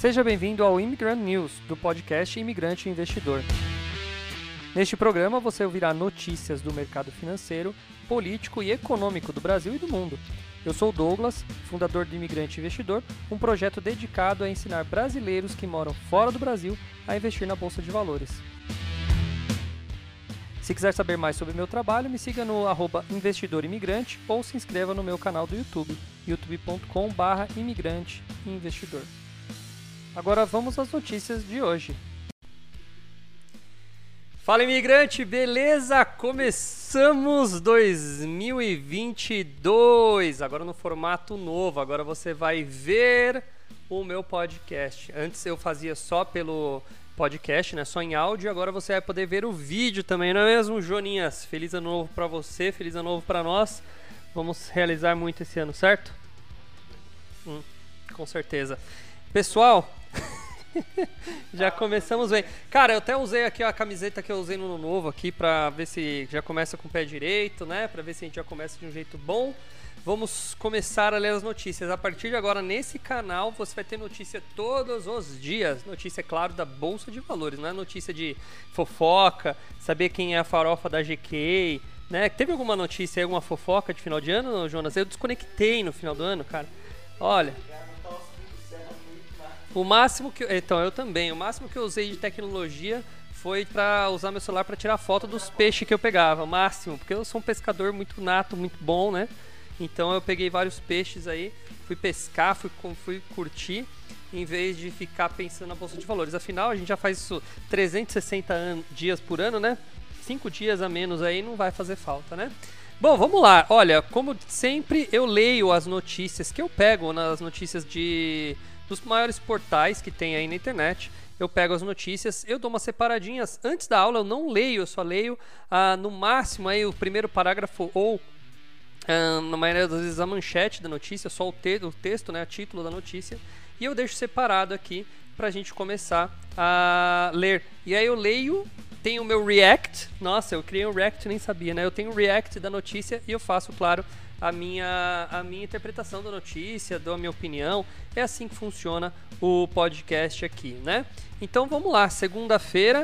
Seja bem-vindo ao Immigrant News, do podcast Imigrante e Investidor. Neste programa você ouvirá notícias do mercado financeiro, político e econômico do Brasil e do mundo. Eu sou o Douglas, fundador do Imigrante e Investidor, um projeto dedicado a ensinar brasileiros que moram fora do Brasil a investir na Bolsa de Valores. Se quiser saber mais sobre o meu trabalho, me siga no @investidorimigrante ou se inscreva no meu canal do YouTube, youtube.com/imigranteinvestidor. Agora vamos às notícias de hoje. Fala, imigrante, beleza? Começamos 2022, agora no formato novo. Agora você vai ver o meu podcast. Antes eu fazia só pelo podcast, né? Só em áudio. Agora você vai poder ver o vídeo também, não é mesmo, Joninhas? Feliz ano novo pra você, feliz ano novo pra nós. Vamos realizar muito esse ano, certo? Com certeza. Pessoal, já começamos bem. Cara, eu até usei aqui a camiseta que eu usei no ano novo aqui pra ver se já começa com o pé direito, né? Pra ver se a gente já começa de um jeito bom. Vamos começar a ler as notícias. A partir de agora, nesse canal, você vai ter notícia todos os dias. Notícia, claro, da Bolsa de Valores. Não é notícia de fofoca, saber quem é a farofa da GK, né? Teve alguma notícia aí, alguma fofoca de final de ano, Jonas? Eu desconectei no final do ano, cara. Olha, o máximo que... Então, eu também. O máximo que eu usei de tecnologia foi pra usar meu celular pra tirar foto dos peixes que eu pegava. O máximo, porque eu sou um pescador muito nato, muito bom, né? Então eu peguei vários peixes aí, fui pescar, fui curtir, em vez de ficar pensando na Bolsa de Valores. Afinal, a gente já faz isso 360 dias por ano, né? 5 dias a menos aí não vai fazer falta, né? Bom, vamos lá. Olha, como sempre, eu leio as notícias que eu pego nas notícias dos maiores portais que tem aí na internet. Eu pego as notícias, eu dou umas separadinhas. Antes da aula eu não leio, eu só leio no máximo aí o primeiro parágrafo ou... na maioria das vezes a manchete da notícia, só o texto, né, o título da notícia, e eu deixo separado aqui pra gente começar a ler. E aí eu leio, tenho o meu react, nossa, eu criei um react, nem sabia, né? Eu tenho o react da notícia e eu faço, claro, a minha interpretação da notícia, dou a minha opinião. É assim que funciona o podcast aqui, né? Então vamos lá, segunda-feira,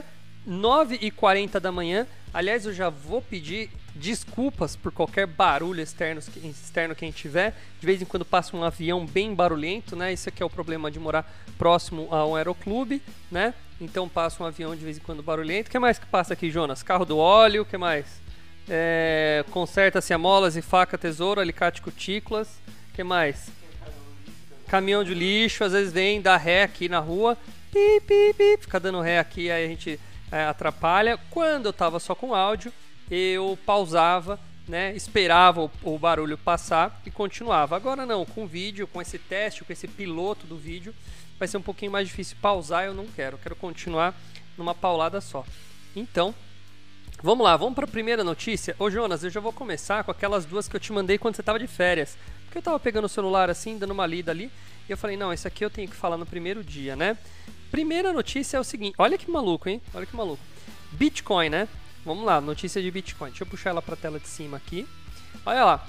9h40 da manhã. Aliás, eu já vou pedir desculpas por qualquer barulho externo que a gente tiver. De vez em quando passa um avião bem barulhento, né? Isso aqui é o problema de morar próximo a um aeroclube, né? Então passa um avião de vez em quando barulhento. O que mais que passa aqui, Jonas? Carro do óleo, o que mais? Conserta-se a molas e faca, tesouro, alicate, cutículas. O que mais? Caminhão de lixo, às vezes vem dar ré aqui na rua. Pi, pi, pi, fica dando ré aqui, aí a gente atrapalha. Quando eu tava só com áudio, eu pausava, né, esperava o barulho passar e continuava. Agora não, com vídeo, com esse teste, com esse piloto do vídeo, vai ser um pouquinho mais difícil pausar, eu não quero continuar numa paulada só. Então, vamos lá, vamos para a primeira notícia. Ô Jonas, eu já vou começar com aquelas duas que eu te mandei quando você estava de férias. Porque eu estava pegando o celular assim, dando uma lida ali, e eu falei, não, esse aqui eu tenho que falar no primeiro dia, né? Primeira notícia é o seguinte, olha que maluco, hein? Olha que maluco. Bitcoin, né? Vamos lá, notícia de Bitcoin. Deixa eu puxar ela para a tela de cima aqui. Olha lá.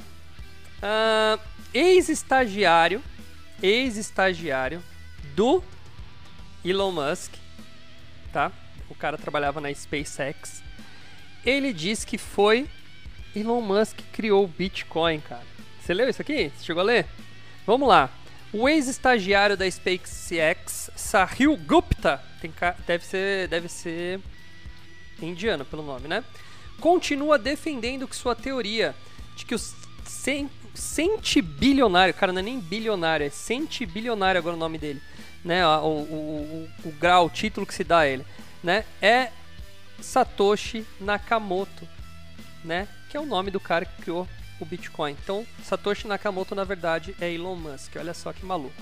Ex-estagiário do Elon Musk, tá? O cara trabalhava na SpaceX. Ele disse que foi Elon Musk que criou o Bitcoin, cara. Você leu isso aqui? Você chegou a ler? Vamos lá. O ex-estagiário da SpaceX, Sahil Gupta, deve ser indiano pelo nome, né? Continua defendendo que sua teoria de que os centibilionário, cara, não é nem bilionário, é centibilionário agora o nome dele, né? O grau, o título que se dá a ele, né? É Satoshi Nakamoto, né? Que é o nome do cara que criou o Bitcoin. Então, Satoshi Nakamoto, na verdade, é Elon Musk. Olha só que maluco.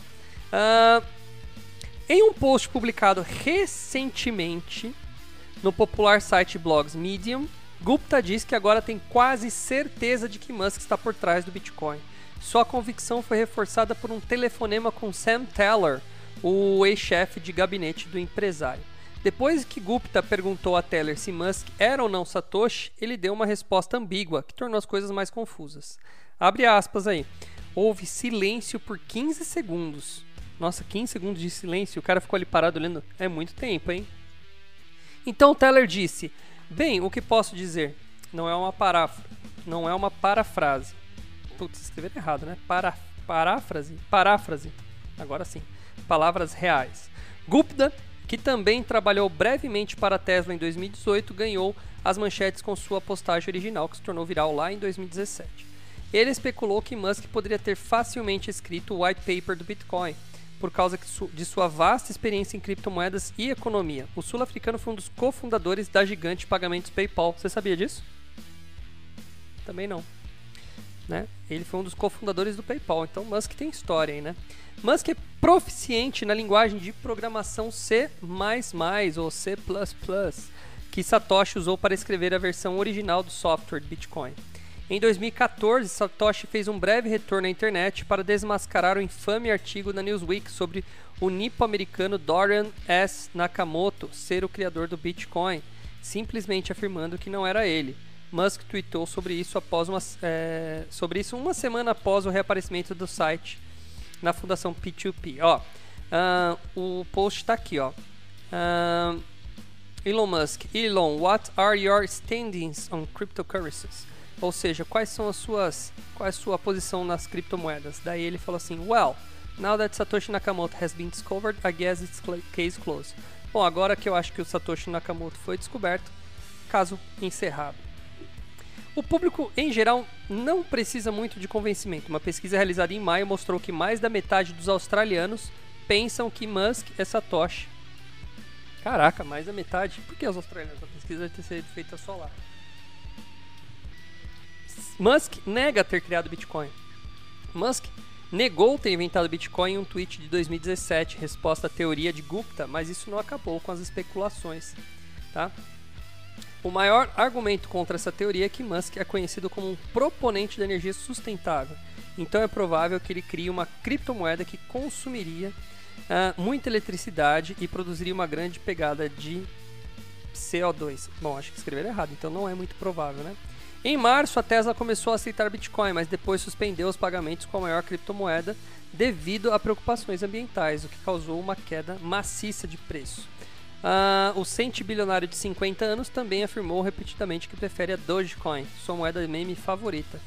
Em um post publicado recentemente no popular site blogs Medium, Gupta diz que agora tem quase certeza de que Musk está por trás do Bitcoin. Sua convicção foi reforçada por um telefonema com Sam Teller, o ex-chefe de gabinete do empresário. Depois que Gupta perguntou a Teller se Musk era ou não Satoshi, ele deu uma resposta ambígua, que tornou as coisas mais confusas. Abre aspas aí. Houve silêncio por 15 segundos. Nossa, 15 segundos de silêncio. O cara ficou ali parado olhando. É muito tempo, hein? Então Teller disse: bem, o que posso dizer? Não é uma parafrase. Putz, escreveram errado, né? Paráfrase. Agora sim. Palavras reais. Gupta, que também trabalhou brevemente para a Tesla em 2018, ganhou as manchetes com sua postagem original, que se tornou viral lá em 2017. Ele especulou que Musk poderia ter facilmente escrito o white paper do Bitcoin, por causa de sua vasta experiência em criptomoedas e economia. O sul-africano foi um dos cofundadores da gigante de pagamentos PayPal. Você sabia disso? Também não. Né? Ele foi um dos cofundadores do PayPal, então Musk tem história aí, né? Musk é proficiente na linguagem de programação C++ ou C++, que Satoshi usou para escrever a versão original do software de Bitcoin. Em 2014, Satoshi fez um breve retorno à internet para desmascarar o infame artigo na Newsweek sobre o nipo-americano Dorian S. Nakamoto ser o criador do Bitcoin, simplesmente afirmando que não era ele. Musk tweetou sobre isso uma semana após o reaparecimento do site na fundação P2P. O post está aqui. Elon Musk. Elon, what are your standings on cryptocurrencies? Ou seja, qual é a sua posição nas criptomoedas? Daí ele falou assim: well, now that Satoshi Nakamoto has been discovered, I guess it's case closed. Bom, agora que eu acho que o Satoshi Nakamoto foi descoberto, caso encerrado. O público, em geral, não precisa muito de convencimento. Uma pesquisa realizada em maio mostrou que mais da metade dos australianos pensam que Musk é Satoshi. Caraca, mais da metade? Por que os australianos? A pesquisa deve ter sido feita só lá. Musk nega ter criado Bitcoin. Musk negou ter inventado Bitcoin em um tweet de 2017, resposta à teoria de Gupta, mas isso não acabou com as especulações, tá? O maior argumento contra essa teoria é que Musk é conhecido como um proponente da energia sustentável. Então é provável que ele crie uma criptomoeda que consumiria muita eletricidade e produziria uma grande pegada de CO2. Bom, acho que escreveram errado, então não é muito provável, né? Em março, a Tesla começou a aceitar Bitcoin, mas depois suspendeu os pagamentos com a maior criptomoeda devido a preocupações ambientais, o que causou uma queda maciça de preço. O centibilionário de 50 anos também afirmou repetidamente que prefere a Dogecoin, sua moeda meme favorita.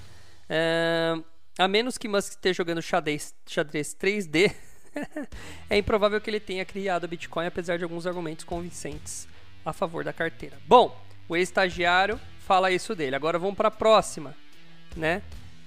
A menos que Musk esteja jogando xadrez 3D, é improvável que ele tenha criado a Bitcoin, apesar de alguns argumentos convincentes a favor da carteira. Bom, o ex-estagiário fala isso dele. Agora vamos para a próxima, né?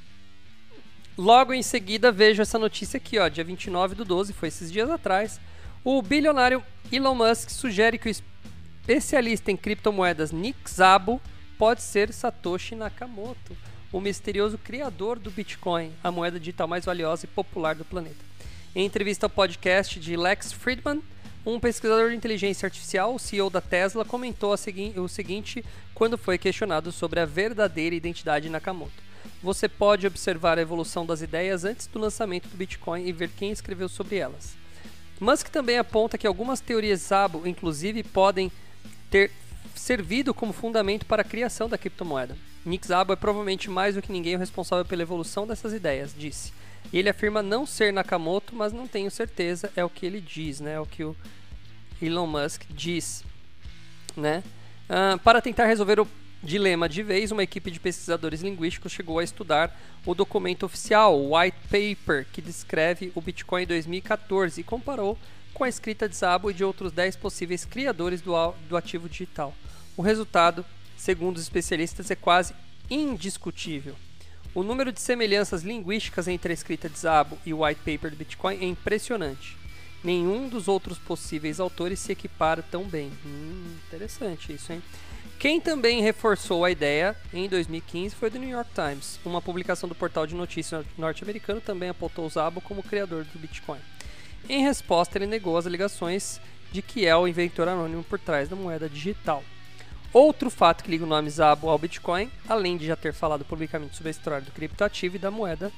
Logo em seguida vejo essa notícia aqui, dia 29/12, foi esses dias atrás. O bilionário Elon Musk sugere que o especialista em criptomoedas Nick Szabo pode ser Satoshi Nakamoto, o misterioso criador do Bitcoin, a moeda digital mais valiosa e popular do planeta. Em entrevista ao podcast de Lex Fridman, um pesquisador de inteligência artificial, o CEO da Tesla, comentou o seguinte quando foi questionado sobre a verdadeira identidade de Nakamoto. Você pode observar a evolução das ideias antes do lançamento do Bitcoin e ver quem escreveu sobre elas. Musk também aponta que algumas teorias Szabo, inclusive, podem ter servido como fundamento para a criação da criptomoeda. Nick Szabo é provavelmente mais do que ninguém o responsável pela evolução dessas ideias, disse. E ele afirma não ser Nakamoto, mas não tenho certeza, é o que ele diz, né? É o que o Elon Musk diz, né? Para tentar resolver o dilema de vez, uma equipe de pesquisadores linguísticos chegou a estudar o documento oficial, o White Paper, que descreve o Bitcoin em 2014 e comparou com a escrita de Szabo e de outros 10 possíveis criadores do ativo digital. O resultado, segundo os especialistas, é quase indiscutível. O número de semelhanças linguísticas entre a escrita de Szabo e o White Paper do Bitcoin é impressionante. Nenhum dos outros possíveis autores se equipara tão bem. Interessante isso, hein? Quem também reforçou a ideia em 2015 foi o The New York Times. Uma publicação do portal de notícias norte-americano também apontou Szabo como criador do Bitcoin. Em resposta, ele negou as alegações de que é o inventor anônimo por trás da moeda digital. Outro fato que liga o nome Szabo ao Bitcoin, além de já ter falado publicamente sobre a história do criptoativo e da moeda,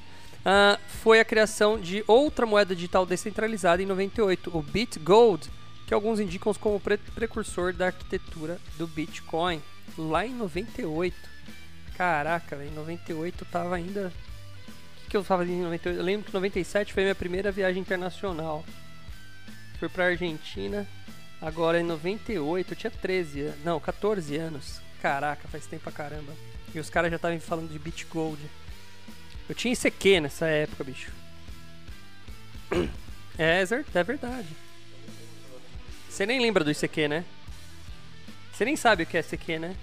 foi a criação de outra moeda digital descentralizada em 98, o BitGold, que alguns indicam como precursor da arquitetura do Bitcoin, lá em 98. Caraca, em 98 eu tava ainda... O que eu tava fazendo em 98? Eu lembro que em 97 foi a minha primeira viagem internacional. fui pra Argentina agora em 98, eu tinha 13 anos, não, 14 anos. Caraca, faz tempo pra caramba. E os caras já estavam falando de Bitgold. Eu tinha ICQ nessa época, bicho. É verdade. Você nem lembra do ICQ, né? Você nem sabe o que é ICQ, né?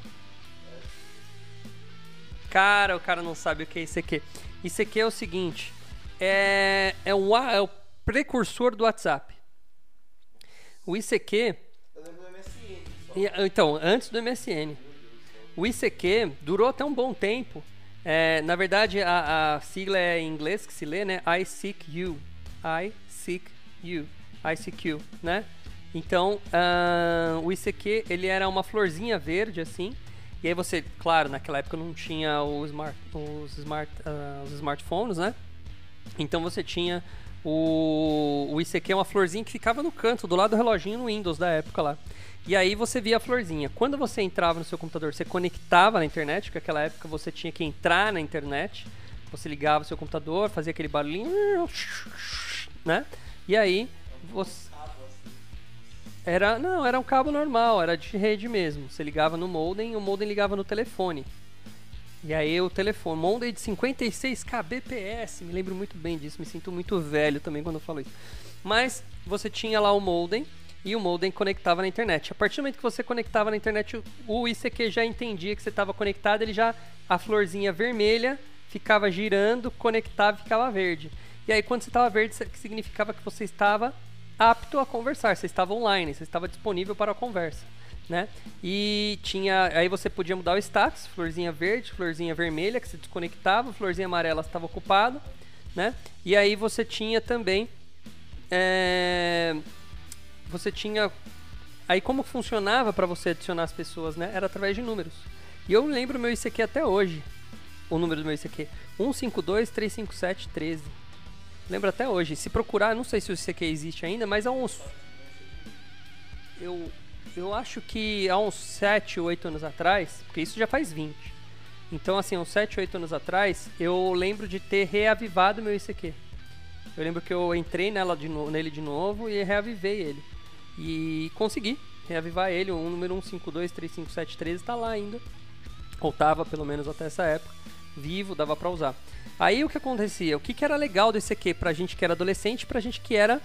Cara, o cara não sabe o que é ICQ. ICQ é o seguinte, é o precursor do WhatsApp. O ICQ... Eu lembro do MSN. Então, antes do MSN. O ICQ durou até um bom tempo. Na verdade, a sigla é em inglês que se lê, né? I seek you. I seek you. ICQ, né? Então, o ICQ, ele era uma florzinha verde, assim. E aí você, claro, naquela época não tinha os smartphones, né? Então você tinha o ICQ, uma florzinha que ficava no canto, do lado do reloginho no Windows da época lá. E aí você via a florzinha. Quando você entrava no seu computador, você conectava na internet, porque naquela época você tinha que entrar na internet. Você ligava o seu computador, fazia aquele barulhinho, né? E aí você... Era um cabo normal, era de rede mesmo. Você ligava no modem e o modem ligava no telefone. E aí o telefone, modem de 56 kbps, me lembro muito bem disso, me sinto muito velho também quando eu falo isso. Mas você tinha lá o modem e o modem conectava na internet. A partir do momento que você conectava na internet, o ICQ já entendia que você estava conectado, a florzinha vermelha ficava girando, conectava e ficava verde. E aí quando você estava verde, significava que você estava apto a conversar, você estava online, você estava disponível para a conversa, né? E aí você podia mudar o status, florzinha verde, florzinha vermelha, que se desconectava, florzinha amarela estava ocupado, né? E aí você tinha também, aí como funcionava para você adicionar as pessoas, né? Era através de números. E eu lembro o meu ICQ até hoje, o número do meu ICQ, 152-357-13. Lembro até hoje. Se procurar, não sei se o ICQ existe ainda, mas há uns... Eu acho que há uns 7 ou 8 anos atrás, porque isso já faz 20. Então, assim, uns 7 ou 8 anos atrás, eu lembro de ter reavivado meu ICQ. Eu lembro que eu entrei nele de novo e reavivei ele. E consegui reavivar ele. O número 152-357-13 está lá ainda. Ou tava, pelo menos, até essa época. Vivo, dava pra usar. Aí o que acontecia? O que era legal do ICQ pra gente que era adolescente, pra gente que era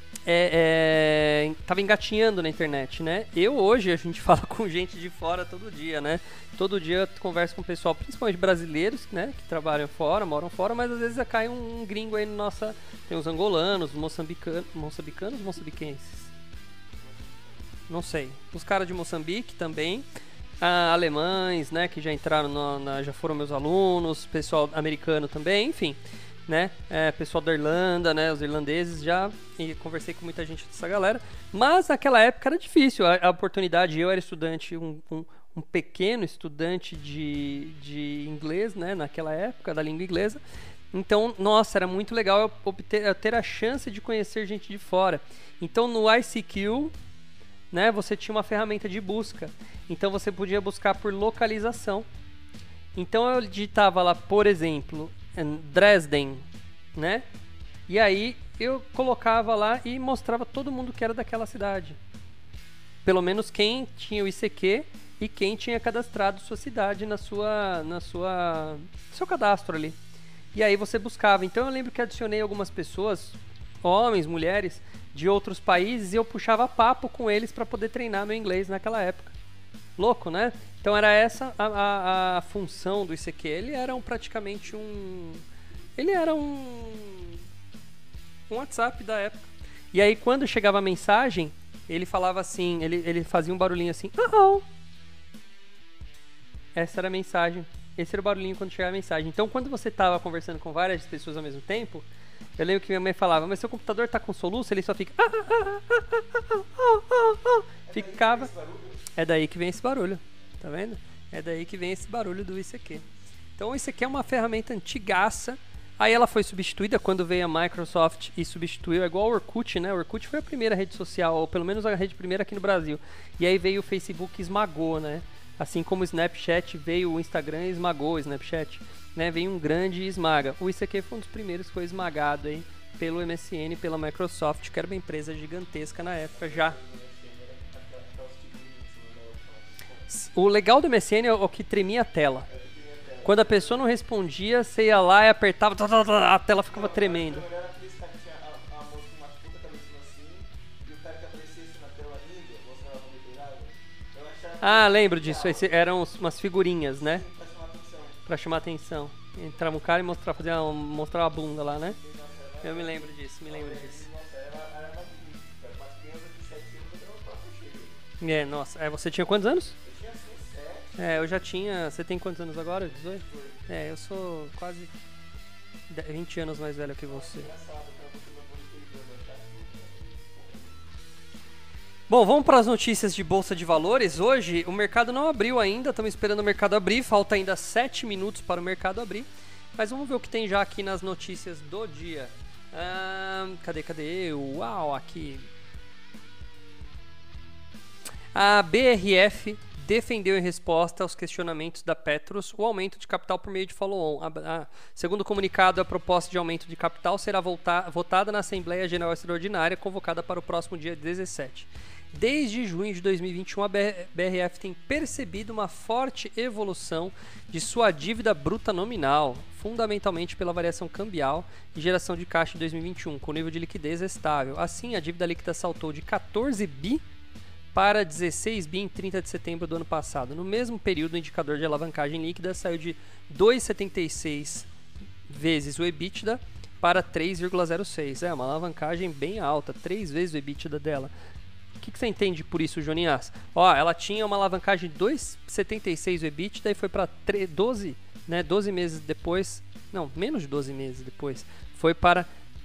tava engatinhando na internet, né? Hoje a gente fala com gente de fora todo dia, né? Todo dia eu converso com o pessoal, principalmente brasileiros, né? Que trabalham fora, moram fora, mas às vezes cai um gringo aí no nossa... Tem os angolanos, moçambiquenses. Não sei. Os caras de Moçambique também. Alemães, né, que já entraram, já foram meus alunos, pessoal americano também, enfim, né, pessoal da Irlanda, né, os irlandeses, e conversei com muita gente dessa galera, mas naquela época era difícil, a oportunidade, eu era estudante, um pequeno estudante de inglês, né, naquela época, da língua inglesa, então, nossa, era muito legal eu ter a chance de conhecer gente de fora. Então, no ICQ, né, você tinha uma ferramenta de busca. Então você podia buscar por localização. Então eu digitava lá, por exemplo, Dresden, né? E aí eu colocava lá e mostrava todo mundo que era daquela cidade. Pelo menos quem tinha o ICQ e quem tinha cadastrado sua cidade seu cadastro ali. E aí você buscava. Então eu lembro que adicionei algumas pessoas, homens, mulheres, de outros países, e eu puxava papo com eles para poder treinar meu inglês naquela época. Louco, né? Então era essa a função do ICQ. Ele era praticamente um WhatsApp da época. E aí quando chegava a mensagem, ele falava assim, ele fazia um barulhinho assim, oh. Essa era a mensagem. Esse era o barulhinho quando chegava a mensagem. Então quando você estava conversando com várias pessoas ao mesmo tempo, eu lembro que minha mãe falava, mas seu computador tá com soluço, ele só fica... Ficava... É daí que vem esse barulho, tá vendo? É daí que vem esse barulho do ICQ. Então o ICQ é uma ferramenta antigaça. Aí ela foi substituída quando veio a Microsoft e substituiu, é igual o Orkut, né? O Orkut foi a primeira rede social, ou pelo menos a rede primeira aqui no Brasil. E aí veio o Facebook e esmagou, né? Assim como o Snapchat veio, o Instagram e esmagou o Snapchat, né? Veio um grande esmaga. O ICQ foi um dos primeiros que foi esmagado aí pelo MSN, pela Microsoft, que era uma empresa gigantesca na época já. O legal do MSN é o que tremia a tela. Quando a pessoa não respondia, você ia lá e apertava, a tela ficava tremendo. Ah, lembro disso. Eram umas figurinhas, né? Pra chamar atenção. Entrava um cara e mostrava a bunda lá, né? Eu me lembro disso. Nossa. Você tinha quantos anos? Eu já tinha... Você tem quantos anos agora? 18? Eu sou quase 20 anos mais velho que você. Bom, vamos para as notícias de Bolsa de Valores. Hoje o mercado não abriu ainda, estamos esperando o mercado abrir, falta ainda 7 minutos para o mercado abrir. Mas vamos ver o que tem já aqui nas notícias do dia. Cadê? Uau, aqui. A BRF defendeu em resposta aos questionamentos da Petros o aumento de capital por meio de follow-on. Segundo o comunicado, a proposta de aumento de capital será votada na Assembleia Geral Extraordinária, convocada para o próximo dia 17. Desde junho de 2021, a BRF tem percebido uma forte evolução de sua dívida bruta nominal, fundamentalmente pela variação cambial e geração de caixa em 2021, com nível de liquidez estável. Assim, a dívida líquida saltou de 14 bi para 16 bi em 30 de setembro do ano passado. No mesmo período, o indicador de alavancagem líquida saiu de 2,76 vezes o EBITDA para 3,06. É uma alavancagem bem alta, 3 vezes o EBITDA dela. O que você entende por isso, Joninhas? Ela tinha uma alavancagem de 2,76 o EBITDA e foi para 12, né, 12 meses depois, não, menos de 12 meses depois, foi para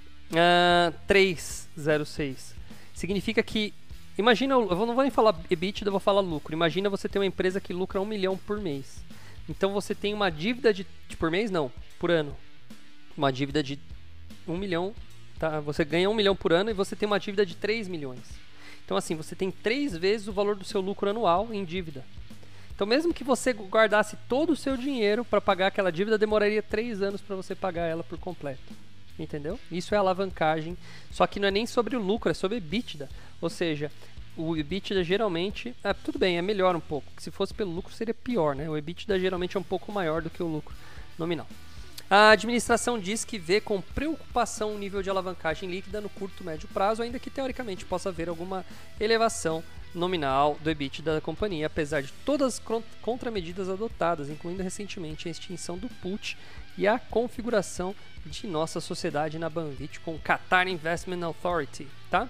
3,06. Significa que, imagina, eu não vou nem falar EBITDA, eu vou falar lucro. Imagina você ter uma empresa que lucra 1 milhão por mês. Então você tem uma dívida de por mês não, por ano. Uma dívida de 1 milhão, tá? Você ganha 1 milhão por ano e você tem uma dívida de 3 milhões. Então assim, você tem 3 vezes o valor do seu lucro anual em dívida. Então mesmo que você guardasse todo o seu dinheiro para pagar aquela dívida, demoraria 3 anos para você pagar ela por completo. Entendeu? Isso é alavancagem, só que não é nem sobre o lucro, é sobre EBITDA. Ou seja, o EBITDA geralmente, tudo bem, é melhor um pouco. Se fosse pelo lucro seria pior, né? O EBITDA geralmente é um pouco maior do que o lucro nominal. A administração diz que vê com preocupação o nível de alavancagem líquida no curto e médio prazo, ainda que teoricamente possa haver alguma elevação nominal do EBITDA da companhia, apesar de todas as contramedidas adotadas, incluindo recentemente a extinção do put e a configuração de nossa sociedade na Banvit com Qatar Investment Authority, tá?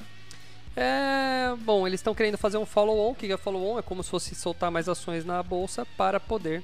Bom, eles estão querendo fazer um follow-on. O que é follow-on? É como se fosse soltar mais ações na bolsa para poder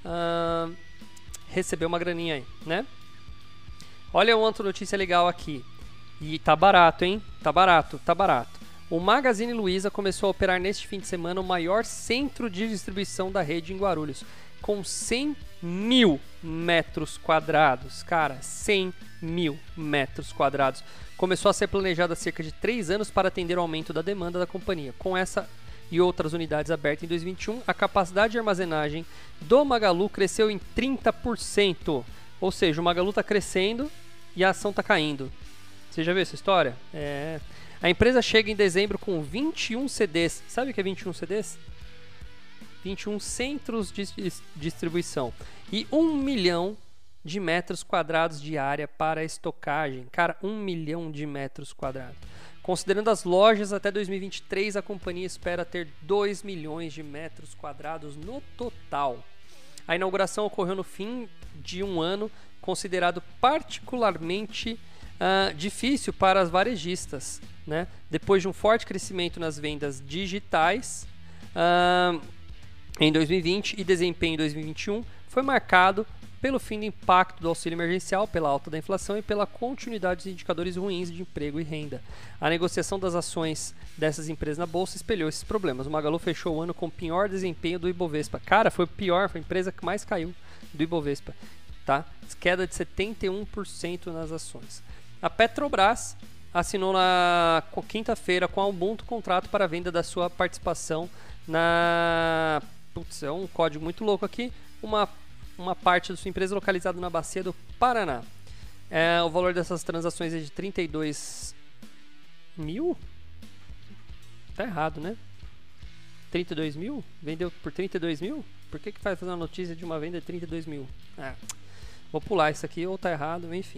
receber uma graninha aí, né? Olha uma outra notícia legal aqui. E tá barato, hein? Tá barato. O Magazine Luiza começou a operar neste fim de semana o maior centro de distribuição da rede em Guarulhos, com 100 mil metros quadrados. Cara, 100 mil metros quadrados. Começou a ser planejado há cerca de 3 anos para atender o aumento da demanda da companhia. Com essa e outras unidades abertas em 2021, a capacidade de armazenagem do Magalu cresceu em 30%. Ou seja, o Magalu está crescendo e a ação está caindo. Você já viu essa história? A empresa chega em dezembro com 21 CDs. Sabe o que é 21 CDs? 21 centros de distribuição. E 1 milhão de metros quadrados de área para estocagem. Cara, 1 milhão de metros quadrados. Considerando as lojas, até 2023 a companhia espera ter 2 milhões de metros quadrados no total. A inauguração ocorreu no fim de um ano considerado particularmente difícil para as varejistas, né? Depois de um forte crescimento nas vendas digitais em 2020 e desempenho em 2021, foi marcado pelo fim do impacto do auxílio emergencial, pela alta da inflação e pela continuidade dos indicadores ruins de emprego e renda. A negociação das ações dessas empresas na bolsa espelhou esses problemas. O Magalu fechou o ano com o pior desempenho do Ibovespa. Cara, foi a empresa que mais caiu do Ibovespa, tá? Queda de 71% nas ações. A Petrobras assinou na quinta-feira com a Ubuntu contrato para a venda da sua participação na... Putz, é um código muito louco aqui. Uma parte da sua empresa localizada na Bacia do Paraná. O valor dessas transações é de 32 mil? Tá errado, né? 32 mil? Vendeu por 32 mil? Por que faz fazer uma notícia de uma venda de 32 mil? Vou pular isso aqui, ou tá errado, enfim.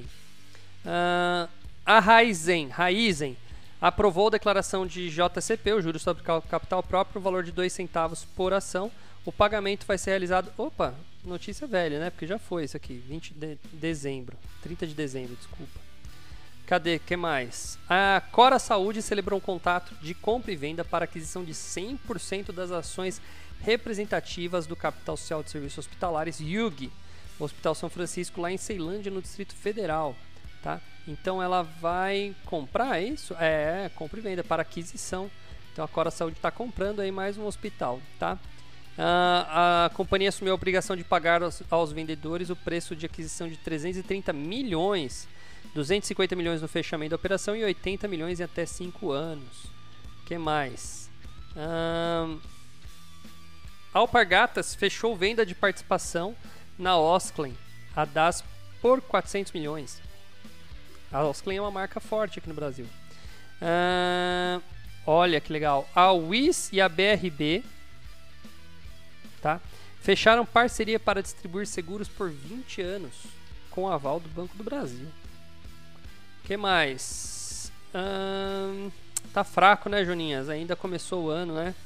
A Raizen aprovou a declaração de JCP, o juros sobre capital próprio, no valor de 2 centavos por ação. O pagamento vai ser realizado... Opa, notícia velha, né? Porque já foi isso aqui, 20 de dezembro. 30 de dezembro, desculpa. Cadê? Que mais? A Cora Saúde celebrou um contrato de compra e venda para aquisição de 100% das ações representativas do Capital Social de Serviços Hospitalares, UG, o Hospital São Francisco, lá em Ceilândia, no Distrito Federal. Tá? Então ela vai comprar isso? Compra e venda para aquisição. Então a Cora Saúde está comprando aí mais um hospital. Tá? A companhia assumiu a obrigação de pagar aos vendedores o preço de aquisição de 330 milhões, 250 milhões no fechamento da operação e 80 milhões em até 5 anos. O que mais? Alpargatas fechou venda de participação na Osklen, a DAS, por 400 milhões. A Osklen é uma marca forte aqui no Brasil. Olha que legal. A WIS e a BRB, tá, fecharam parceria para distribuir seguros por 20 anos, com aval do Banco do Brasil. O que mais? Tá fraco, né, Joninhas? Ainda começou o ano, né?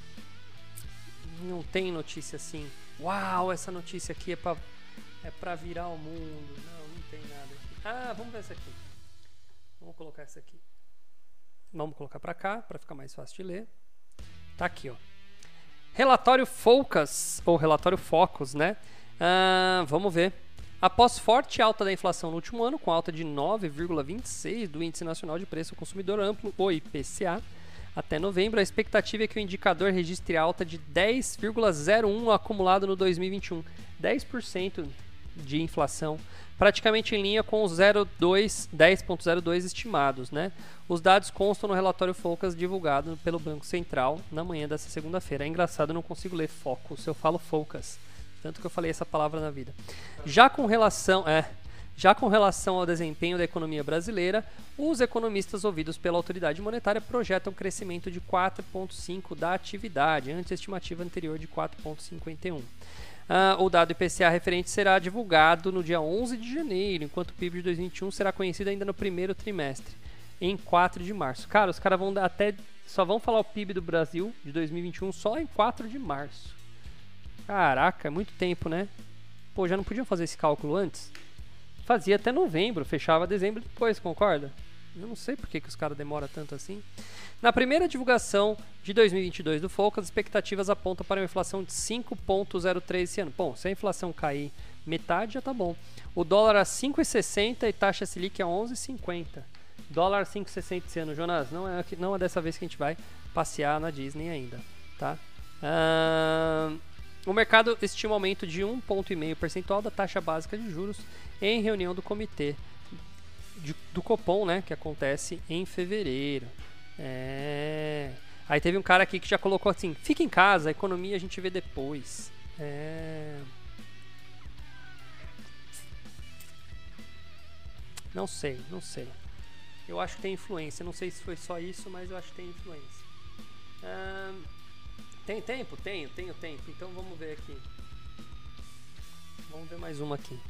Não tem notícia assim. Uau, essa notícia aqui é pra virar o mundo. Não tem nada aqui. Vamos ver essa aqui. Vamos colocar essa aqui. Vamos colocar pra cá, pra ficar mais fácil de ler. Tá aqui, ó. Relatório Focus, ou relatório Focus, né? Vamos ver. Após forte alta da inflação no último ano, com alta de 9,26% do Índice Nacional de Preço ao Consumidor Amplo, o IPCA, até novembro, a expectativa é que o indicador registre alta de 10,01% acumulado no 2021. 10% de inflação, praticamente em linha com os 10,02% estimados, né? Os dados constam no relatório Focus divulgado pelo Banco Central na manhã dessa segunda-feira. É engraçado, eu não consigo ler Focus, eu falo Focus. Tanto que eu falei essa palavra na vida. Já com relação ao desempenho da economia brasileira, os economistas ouvidos pela autoridade monetária projetam crescimento de 4,5% da atividade, antes da estimativa anterior de 4,51%. O dado IPCA referente será divulgado no dia 11 de janeiro, enquanto o PIB de 2021 será conhecido ainda no primeiro trimestre, em 4 de março. Cara, os caras só vão falar o PIB do Brasil de 2021 só em 4 de março. Caraca, é muito tempo, né? Pô, já não podiam fazer esse cálculo antes? Fazia até novembro, fechava dezembro depois, concorda? Eu não sei por que os caras demoram tanto assim. Na primeira divulgação de 2022 do Focus, as expectativas apontam para uma inflação de 5,03% esse ano. Bom, se a inflação cair metade, já tá bom. O dólar a 5,60 e taxa Selic a 11,50. Dólar 5,60 esse ano, Jonas. Não é dessa vez que a gente vai passear na Disney ainda, tá? O mercado estima aumento de 1,5 percentual da taxa básica de juros em reunião do comitê do Copom, né, que acontece em fevereiro. Aí teve um cara aqui que já colocou assim: fica em casa, a economia a gente vê depois. Não sei. Eu acho que tem influência. Não sei se foi só isso, mas eu acho que tem influência. Tem tempo? Tenho tempo. Então vamos ver aqui. Vamos ver mais uma aqui.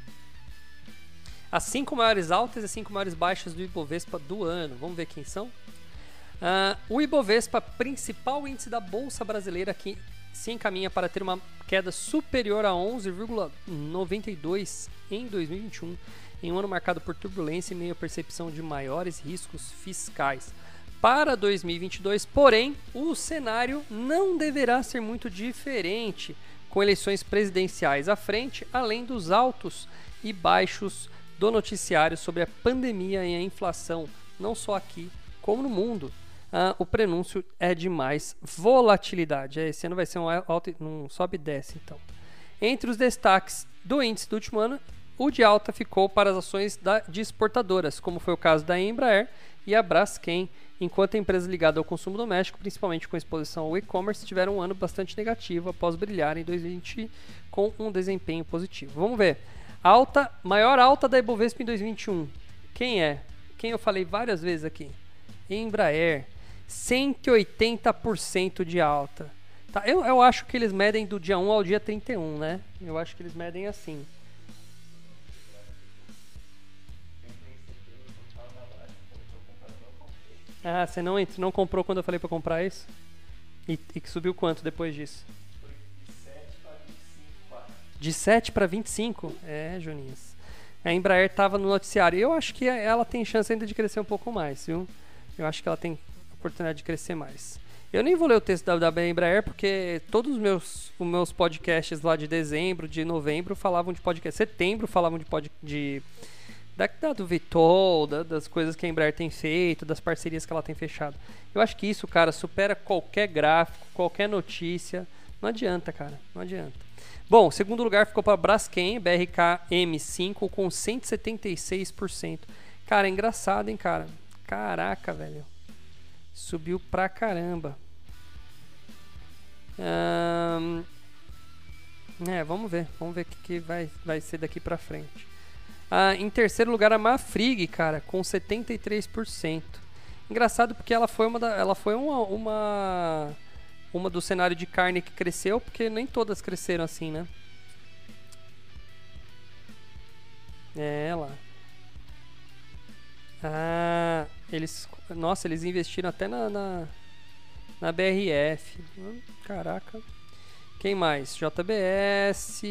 As 5 maiores altas e as 5 maiores baixas do Ibovespa do ano. Vamos ver quem são? O Ibovespa, principal índice da Bolsa Brasileira, que se encaminha para ter uma queda superior a 11,92% em 2021, em um ano marcado por turbulência e meio à percepção de maiores riscos fiscais. Para 2022, porém, o cenário não deverá ser muito diferente, com eleições presidenciais à frente, além dos altos e baixos do noticiário sobre a pandemia e a inflação, não só aqui, como no mundo. O prenúncio é de mais volatilidade. Esse ano vai ser um sobe e desce, então. Entre os destaques do índice do último ano, o de alta ficou para as ações de exportadoras, como foi o caso da Embraer e a Braskem, enquanto empresas ligadas ao consumo doméstico, principalmente com exposição ao e-commerce, tiveram um ano bastante negativo após brilhar em 2020 com um desempenho positivo. Vamos ver. Maior alta da Ibovespa em 2021. Quem é? Quem eu falei várias vezes aqui? Embraer. 180% de alta. Tá, eu acho que eles medem do dia 1 ao dia 31, né? Eu acho que eles medem assim. Ah, você não comprou quando eu falei pra comprar isso? E que subiu quanto depois disso? De 7 para 25? É, Joninhas. A Embraer estava no noticiário. Eu acho que ela tem chance ainda de crescer um pouco mais, viu? Eu acho que ela tem oportunidade de crescer mais. Eu nem vou ler o texto da Embraer, porque todos os meus podcasts lá de dezembro, de novembro, falavam de podcast. Setembro falavam do Vitol, das coisas que a Embraer tem feito, das parcerias que ela tem fechado. Eu acho que isso, cara, supera qualquer gráfico, qualquer notícia. Não adianta, cara. Não adianta. Bom, segundo lugar ficou para Braskem, BRK M5, com 176%. Cara, é engraçado, hein, cara? Caraca, velho. Subiu pra caramba. Vamos ver. Vamos ver o que vai ser daqui pra frente. Em terceiro lugar, a Marfrig, cara, com 73%. Engraçado porque ela foi uma do cenário de carne que cresceu, porque nem todas cresceram assim, né? Eles investiram até na BRF. Caraca. Quem mais? JBS,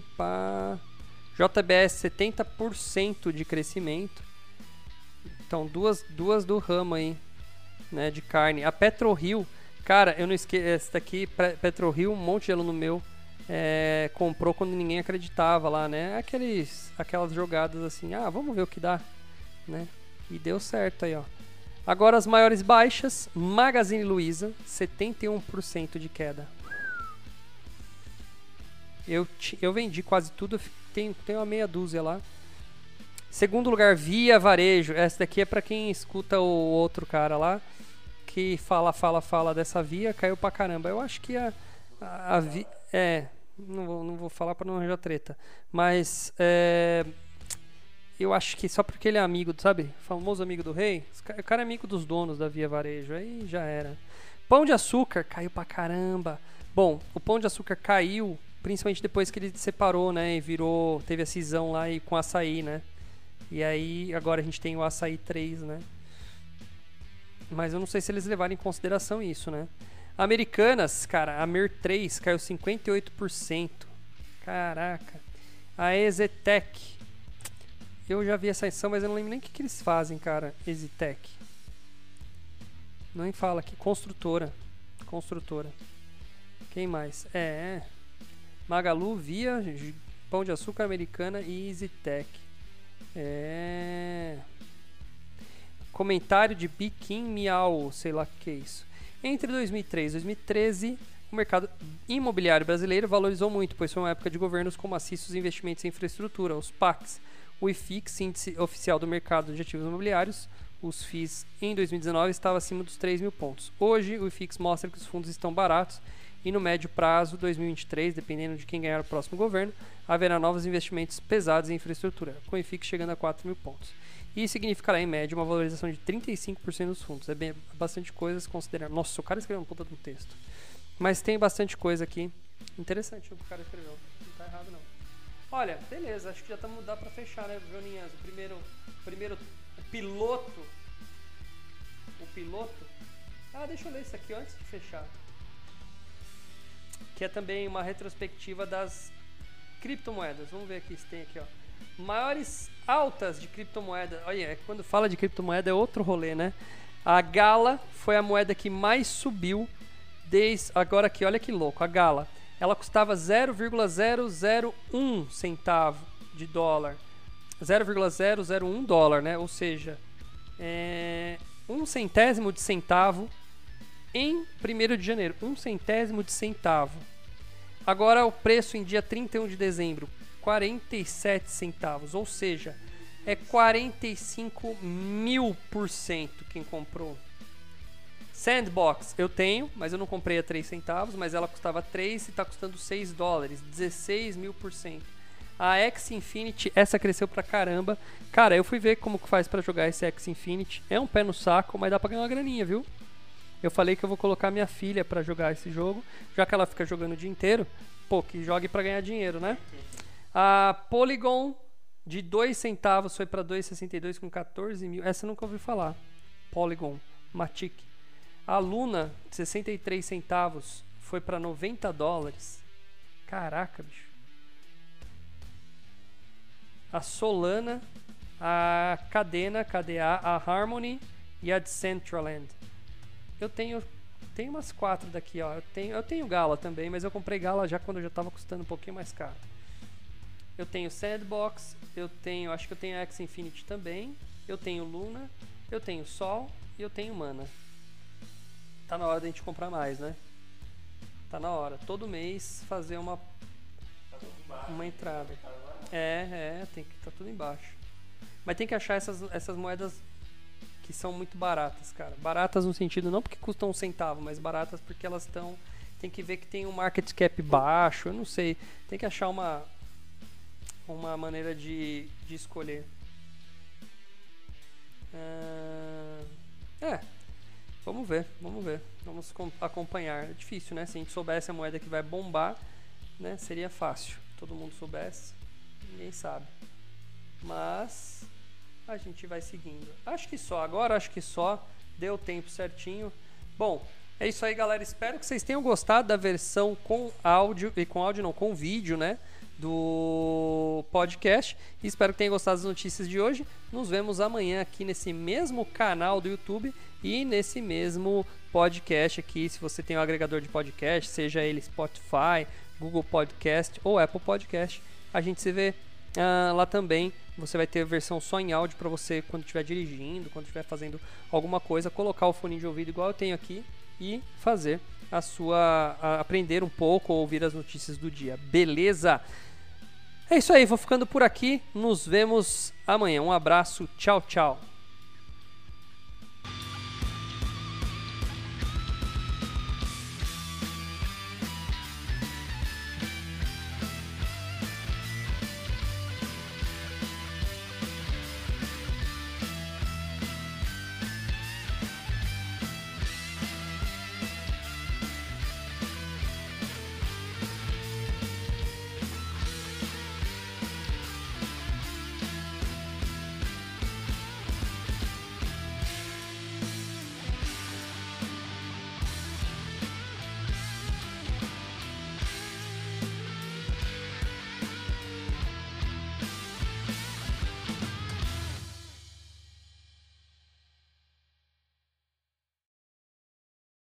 JBS 70% de crescimento. Então, duas do ramo aí, né, de carne. A PetroRio, cara, eu não esqueço, essa daqui, PetroRio, um monte de aluno meu comprou quando ninguém acreditava lá, né? Aquelas jogadas assim, vamos ver o que dá, né? E deu certo aí, ó. Agora as maiores baixas, Magazine Luiza, 71% de queda. Eu vendi quase tudo, tenho uma meia dúzia lá. Segundo lugar, Via Varejo. Essa daqui é pra quem escuta o outro cara lá, que fala dessa Via, caiu pra caramba. Eu acho que a Via... não vou falar pra não arranjar treta. Mas eu acho que só porque ele é amigo, sabe? Famoso amigo do rei. O cara é amigo dos donos da Via Varejo. Aí já era. Pão de Açúcar caiu pra caramba. Bom, o Pão de Açúcar caiu principalmente depois que ele separou, né? E teve a cisão lá com o Açaí, né? E aí agora a gente tem o Açaí 3, né? Mas eu não sei se eles levaram em consideração isso, né? Americanas, cara, a MER 3 caiu 58%. Caraca. A Exetec. Eu já vi essa ação, mas eu não lembro nem o que eles fazem, cara. Exetec. Não fala aqui. Construtora. Quem mais? Magalu, Via, Pão de Açúcar, Americana e Exetec. Comentário de Biquim Miau, sei lá o que é isso. Entre 2003 e 2013, o mercado imobiliário brasileiro valorizou muito, pois foi uma época de governos com maciços investimentos em infraestrutura, os PACs. O IFIX, Índice Oficial do Mercado de Ativos Imobiliários, os FIIs, em 2019 estava acima dos 3 mil pontos. Hoje, o IFIX mostra que os fundos estão baratos e no médio prazo, 2023, dependendo de quem ganhar o próximo governo, haverá novos investimentos pesados em infraestrutura, com o IFIX chegando a 4 mil pontos. E significará, em média, uma valorização de 35% dos fundos. É bastante coisa se considerar. Nossa, o cara escreveu um puta de um texto. Mas tem bastante coisa aqui. Interessante o que o cara escreveu. Não tá errado, não. Olha, beleza. Acho que já dá pra fechar, né, Joninhas? O piloto. Deixa eu ler isso aqui antes de fechar. Que é também uma retrospectiva das criptomoedas. Vamos ver aqui se tem aqui, ó. Maiores altas de criptomoeda. Olha, quando fala de criptomoeda é outro rolê, né? A Gala foi a moeda que mais subiu desde... Agora aqui, olha que louco. A Gala, ela custava 0,001 centavo de dólar. 0,001 dólar, né? Ou seja, 1 centésimo de centavo em 1º de janeiro. 1 centésimo de centavo. Agora o preço em dia 31 de dezembro, 47 centavos, ou seja, é 45.000% quem comprou. Sandbox, eu tenho, mas eu não comprei a 3 centavos, mas ela custava 3 e está custando 6 dólares, 16.000%. A X Infinity, essa cresceu pra caramba. Cara, eu fui ver como que faz pra jogar esse X Infinity. É um pé no saco, mas dá pra ganhar uma graninha, viu? Eu falei que eu vou colocar minha filha pra jogar esse jogo, já que ela fica jogando o dia inteiro. Pô, que jogue pra ganhar dinheiro, né? A Polygon de 2 centavos foi pra 2,62 com 14 mil. Essa eu nunca ouvi falar. Polygon, Matic. A Luna, de 63 centavos, foi pra 90 dólares. Caraca, bicho. A Solana, a Cadena, KDA, a Harmony e a Decentraland. Eu tenho umas 4 daqui, ó. Eu tenho Gala também, mas eu comprei Gala já quando já estava custando um pouquinho mais caro. Eu tenho Sandbox, acho que eu tenho X Infinity também. Eu tenho Luna, eu tenho Sol e eu tenho Mana. Tá na hora da gente comprar mais, né? Tá na hora. Todo mês fazer uma entrada. Tem que tá tudo embaixo. Mas tem que achar essas moedas que são muito baratas, cara. Baratas no sentido não porque custam um centavo, mas baratas porque elas estão... Tem que ver que tem um market cap baixo, eu não sei. Tem que achar uma maneira de escolher. Vamos ver. Vamos acompanhar. É difícil, né? Se a gente soubesse a moeda que vai bombar, né? Seria fácil. Todo mundo soubesse, ninguém sabe. Mas a gente vai seguindo. Acho que só. Deu tempo certinho. Bom, é isso aí, galera. Espero que vocês tenham gostado da versão com áudio, com vídeo, né? Do podcast. E espero que tenham gostado das notícias de hoje. Nos vemos amanhã aqui nesse mesmo canal do YouTube e nesse mesmo podcast aqui. Se você tem um agregador de podcast, seja ele Spotify, Google Podcast ou Apple Podcast, a gente se vê lá também. Você vai ter a versão só em áudio para você quando estiver dirigindo, quando estiver fazendo alguma coisa, colocar o fone de ouvido igual eu tenho aqui e fazer aprender um pouco ou ouvir as notícias do dia. Beleza? É isso aí, vou ficando por aqui. Nos vemos amanhã. Um abraço, tchau, tchau.